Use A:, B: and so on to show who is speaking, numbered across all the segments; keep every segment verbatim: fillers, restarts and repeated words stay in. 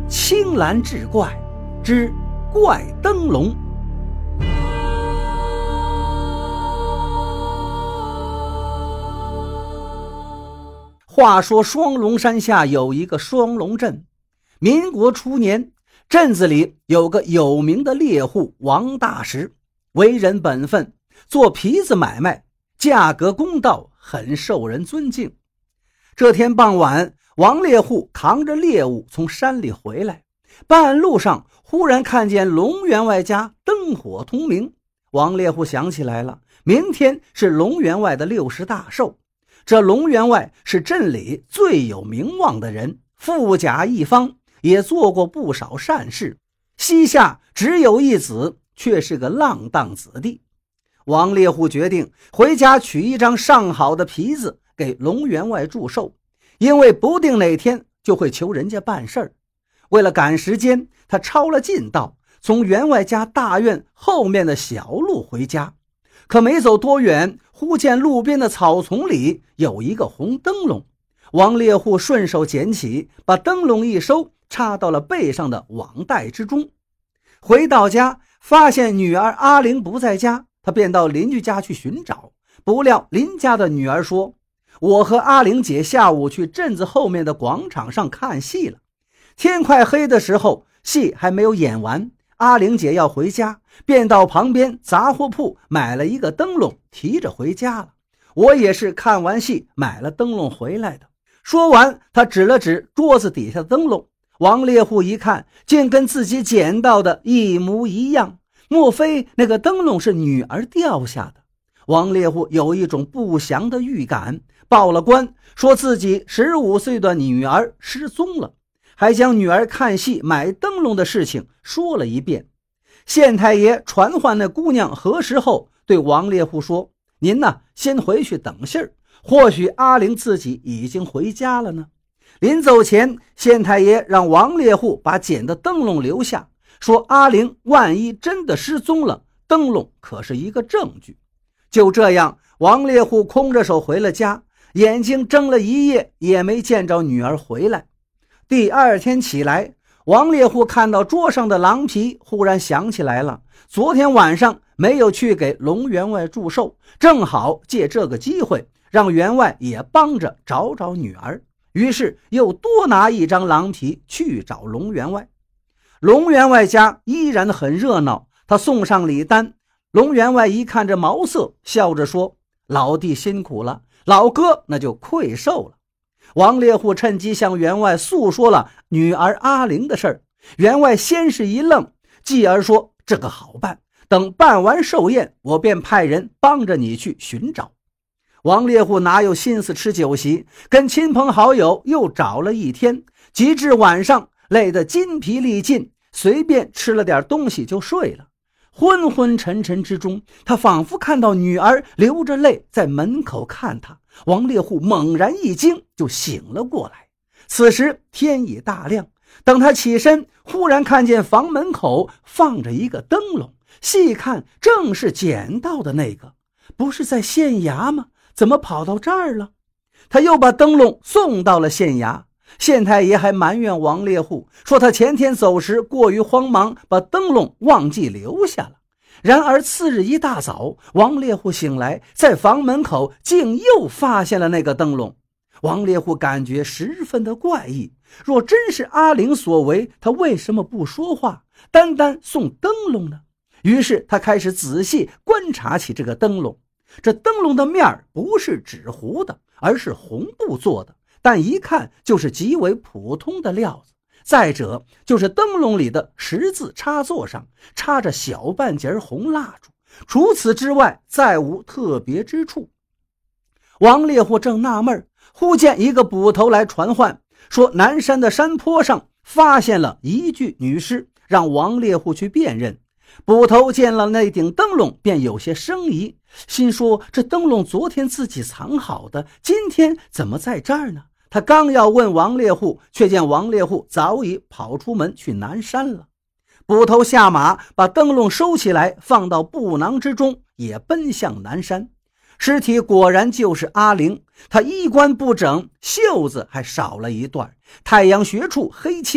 A: 青蓝志怪之怪灯笼。话说双龙山下有一个双龙镇，民国初年，镇子里有个有名的猎户王大石，为人本分，做皮子买卖，价格公道，很受人尊敬。这天傍晚，王猎户扛着猎物从山里回来，半路上忽然看见龙员外家灯火通明。王猎户想起来了，明天是龙员外的六十大寿，这龙员外是镇里最有名望的人，富甲一方，也做过不少善事，膝下只有一子，却是个浪荡子弟。王猎户决定回家取一张上好的皮子给龙员外祝寿，因为不定哪天就会求人家办事儿。为了赶时间，他抄了近道，从员外家大院后面的小路回家。可没走多远，忽见路边的草丛里有一个红灯笼。王猎户顺手捡起，把灯笼一收，插到了背上的网袋之中。回到家，发现女儿阿玲不在家，他便到邻居家去寻找。不料邻家的女儿说，我和阿玲姐下午去镇子后面的广场上看戏了。天快黑的时候，戏还没有演完，阿玲姐要回家，便到旁边杂货铺买了一个灯笼，提着回家了。我也是看完戏买了灯笼回来的。说完，他指了指桌子底下的灯笼。王猎户一看，竟跟自己捡到的一模一样，莫非那个灯笼是女儿掉下的？王猎户有一种不祥的预感，报了官，说自己十五岁的女儿失踪了，还将女儿看戏买灯笼的事情说了一遍。县太爷传唤那姑娘核实后，对王猎户说，您呢，先回去等信儿，或许阿玲自己已经回家了呢。临走前，县太爷让王猎户把捡的灯笼留下，说阿玲万一真的失踪了，灯笼可是一个证据。就这样，王猎户空着手回了家，眼睛睁了一夜也没见着女儿回来。第二天起来，王猎户看到桌上的狼皮，忽然想起来了，昨天晚上没有去给龙员外祝寿，正好借这个机会让员外也帮着找找女儿。于是又多拿一张狼皮去找龙员外。龙员外家依然很热闹，他送上礼单。龙员外一看这毛色，笑着说，老弟辛苦了，老哥那就愧受了。王猎户趁机向员外诉说了女儿阿玲的事儿。员外先是一愣，继而说，这个好办，等办完寿宴，我便派人帮着你去寻找。王猎户哪有心思吃酒席，跟亲朋好友又找了一天，及至晚上累得筋疲力尽，随便吃了点东西就睡了。昏昏沉沉之中，他仿佛看到女儿流着泪在门口看他。王猎户猛然一惊，就醒了过来。此时天已大亮，等他起身，忽然看见房门口放着一个灯笼，细看正是捡到的那个。不是在县衙吗？怎么跑到这儿了？他又把灯笼送到了县衙。县太爷还埋怨王猎户，说他前天走时过于慌忙，把灯笼忘记留下了。然而次日一大早，王猎户醒来，在房门口竟又发现了那个灯笼。王猎户感觉十分的怪异，若真是阿玲所为，他为什么不说话，单单送灯笼呢？于是他开始仔细观察起这个灯笼。这灯笼的面不是纸糊的，而是红布做的，但一看就是极为普通的料子。再者就是灯笼里的十字插座上插着小半截红蜡烛，除此之外再无特别之处。王猎户正纳闷，忽见一个捕头来传唤，说南山的山坡上发现了一具女尸，让王猎户去辨认。捕头见了那顶灯笼，便有些生疑，心说这灯笼昨天自己藏好的，今天怎么在这儿呢？他刚要问王猎户，却见王猎户早已跑出门去南山了。捕头下马，把灯笼收起来，放到布囊之中，也奔向南山。尸体果然就是阿玲，她衣冠不整，袖子还少了一段，太阳穴处黑青，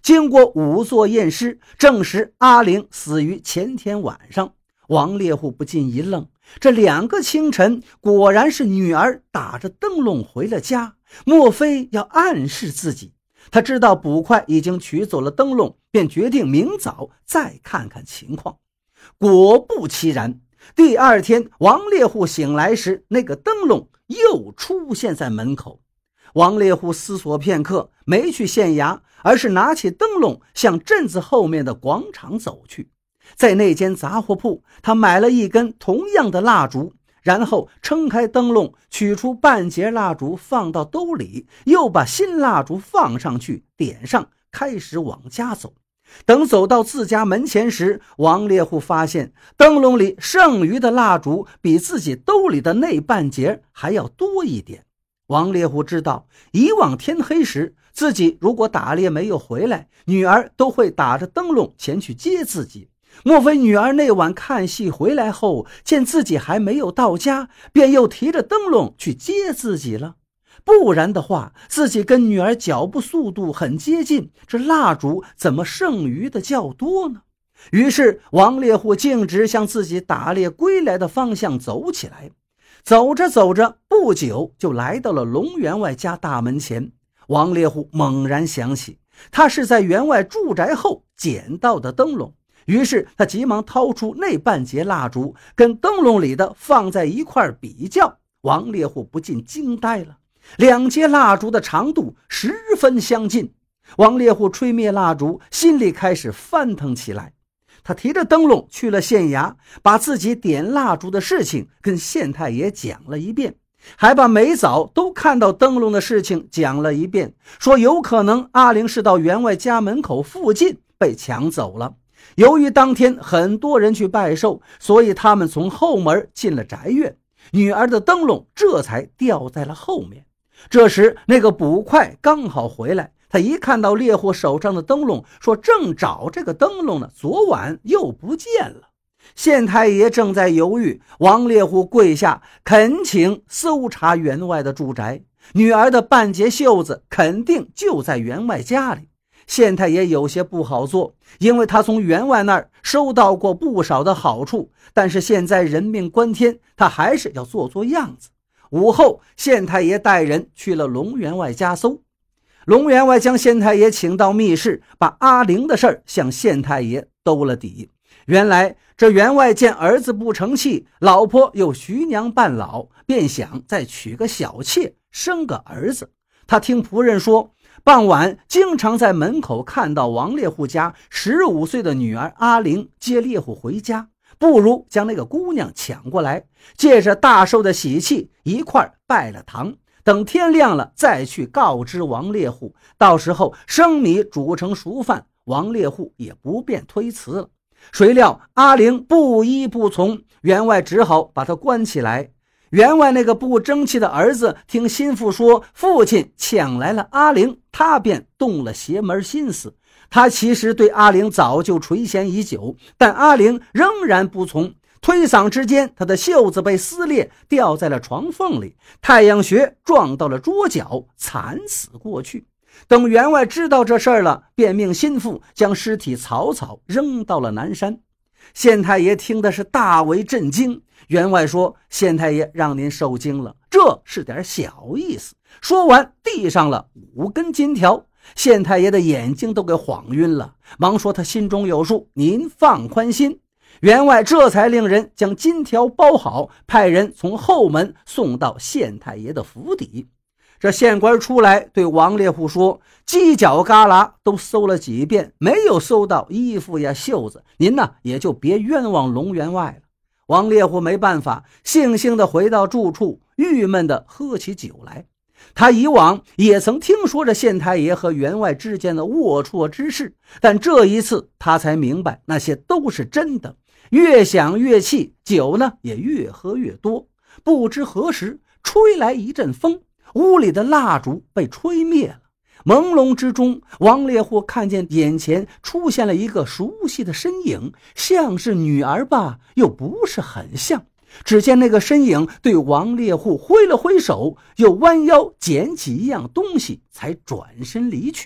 A: 经过仵作验尸，证实阿玲死于前天晚上。王猎户不禁一愣，这两个清晨果然是女儿打着灯笼回了家，莫非要暗示自己？他知道捕快已经取走了灯笼，便决定明早再看看情况。果不其然，第二天王猎户醒来时，那个灯笼又出现在门口。王猎户思索片刻，没去县衙，而是拿起灯笼向镇子后面的广场走去。在那间杂货铺，他买了一根同样的蜡烛，然后撑开灯笼，取出半截蜡烛放到兜里，又把新蜡烛放上去，点上，开始往家走。等走到自家门前时，王猎户发现灯笼里剩余的蜡烛比自己兜里的那半截还要多一点。王猎户知道，以往天黑时，自己如果打猎没有回来，女儿都会打着灯笼前去接自己。莫非女儿那晚看戏回来后，见自己还没有到家，便又提着灯笼去接自己了？不然的话，自己跟女儿脚步速度很接近，这蜡烛怎么剩余的较多呢？于是王猎户径直向自己打猎归来的方向走起来。走着走着，不久就来到了龙员外家大门前。王猎户猛然想起，他是在员外住宅后捡到的灯笼，于是他急忙掏出那半截蜡烛，跟灯笼里的放在一块比较。王猎户不禁惊呆了，两截蜡烛的长度十分相近。王猎户吹灭蜡烛，心里开始翻腾起来。他提着灯笼去了县衙，把自己点蜡烛的事情跟县太爷讲了一遍，还把每早都看到灯笼的事情讲了一遍，说有可能阿玲是到员外家门口附近被抢走了。由于当天很多人去拜寿，所以他们从后门进了宅院，女儿的灯笼这才掉在了后面。这时那个捕快刚好回来，他一看到猎户手上的灯笼，说正找这个灯笼呢，昨晚又不见了。县太爷正在犹豫，王猎户跪下恳请搜查员外的住宅，女儿的半截袖子肯定就在员外家里。县太爷有些不好做，因为他从员外那儿收到过不少的好处，但是现在人命关天，他还是要做做样子。午后，县太爷带人去了龙员外家搜。龙员外将县太爷请到密室，把阿玲的事儿向县太爷兜了底。原来这员外见儿子不成器，老婆又徐娘半老，便想再娶个小妾，生个儿子。他听仆人说，傍晚经常在门口看到王猎户家十五岁的女儿阿玲接猎户回家，不如将那个姑娘抢过来，借着大寿的喜气一块拜了堂，等天亮了再去告知王猎户，到时候生米煮成熟饭，王猎户也不便推辞了。谁料阿玲不依不从，员外只好把她关起来。员外那个不争气的儿子听心腹说父亲抢来了阿玲，他便动了邪门心思。他其实对阿玲早就垂涎已久，但阿玲仍然不从。推搡之间，他的袖子被撕裂，掉在了床缝里，太阳穴撞到了桌角，惨死过去。等员外知道这事儿了，便命心腹将尸体草草扔到了南山。县太爷听的是大为震惊，员外说，县太爷让您受惊了，这是点小意思。说完递上了五根金条，县太爷的眼睛都给晃晕了，忙说他心中有数，您放宽心。员外这才令人将金条包好，派人从后门送到县太爷的府邸。这县官出来对王猎户说，犄角旮旯都搜了几遍，没有搜到衣服呀袖子，您呢也就别冤枉龙员外了。王猎户没办法，悻悻地回到住处，郁闷地喝起酒来。他以往也曾听说着县太爷和员外之间的龌龊之事，但这一次他才明白那些都是真的。越想越气，酒呢也越喝越多。不知何时吹来一阵风，屋里的蜡烛被吹灭了。朦胧之中，王猎户看见眼前出现了一个熟悉的身影，像是女儿吧，又不是很像。只见那个身影对王猎户挥了挥手，又弯腰捡起一样东西，才转身离去。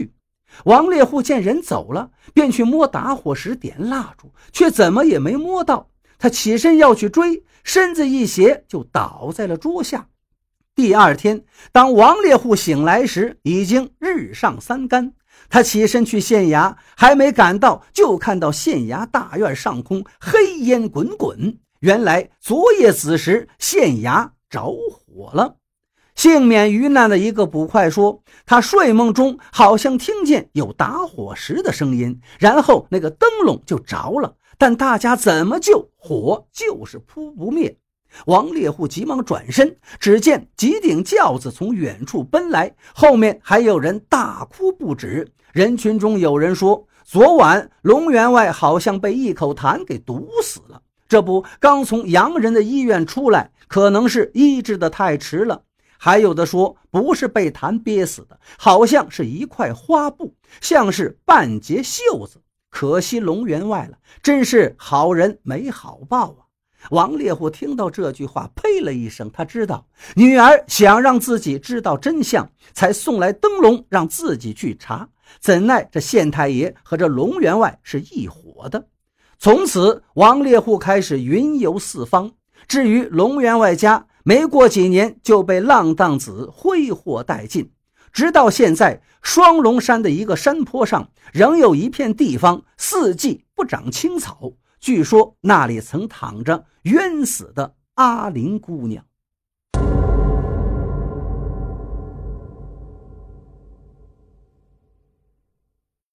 A: 王猎户见人走了，便去摸打火石点蜡烛，却怎么也没摸到。他起身要去追，身子一斜就倒在了桌下。第二天，当王猎户醒来时，已经日上三竿。他起身去县衙，还没赶到，就看到县衙大院上空黑烟滚滚。原来昨夜子时，县衙着火了。幸免于难的一个捕快说，他睡梦中好像听见有打火石的声音，然后那个灯笼就着了，但大家怎么救，火就是扑不灭。王猎户急忙转身，只见几顶轿子从远处奔来，后面还有人大哭不止。人群中有人说，昨晚龙员外好像被一口痰给毒死了，这不刚从洋人的医院出来，可能是医治的太迟了。还有的说不是被痰憋死的，好像是一块花布，像是半截袖子。可惜龙员外了，真是好人没好报啊。王猎户听到这句话呸了一声，他知道女儿想让自己知道真相，才送来灯笼让自己去查，怎奈这县太爷和这龙员外是一伙的。从此王猎户开始云游四方，至于龙员外家，没过几年就被浪荡子挥霍殆尽。直到现在，双龙山的一个山坡上仍有一片地方四季不长青草，据说那里曾躺着冤死的阿林姑娘。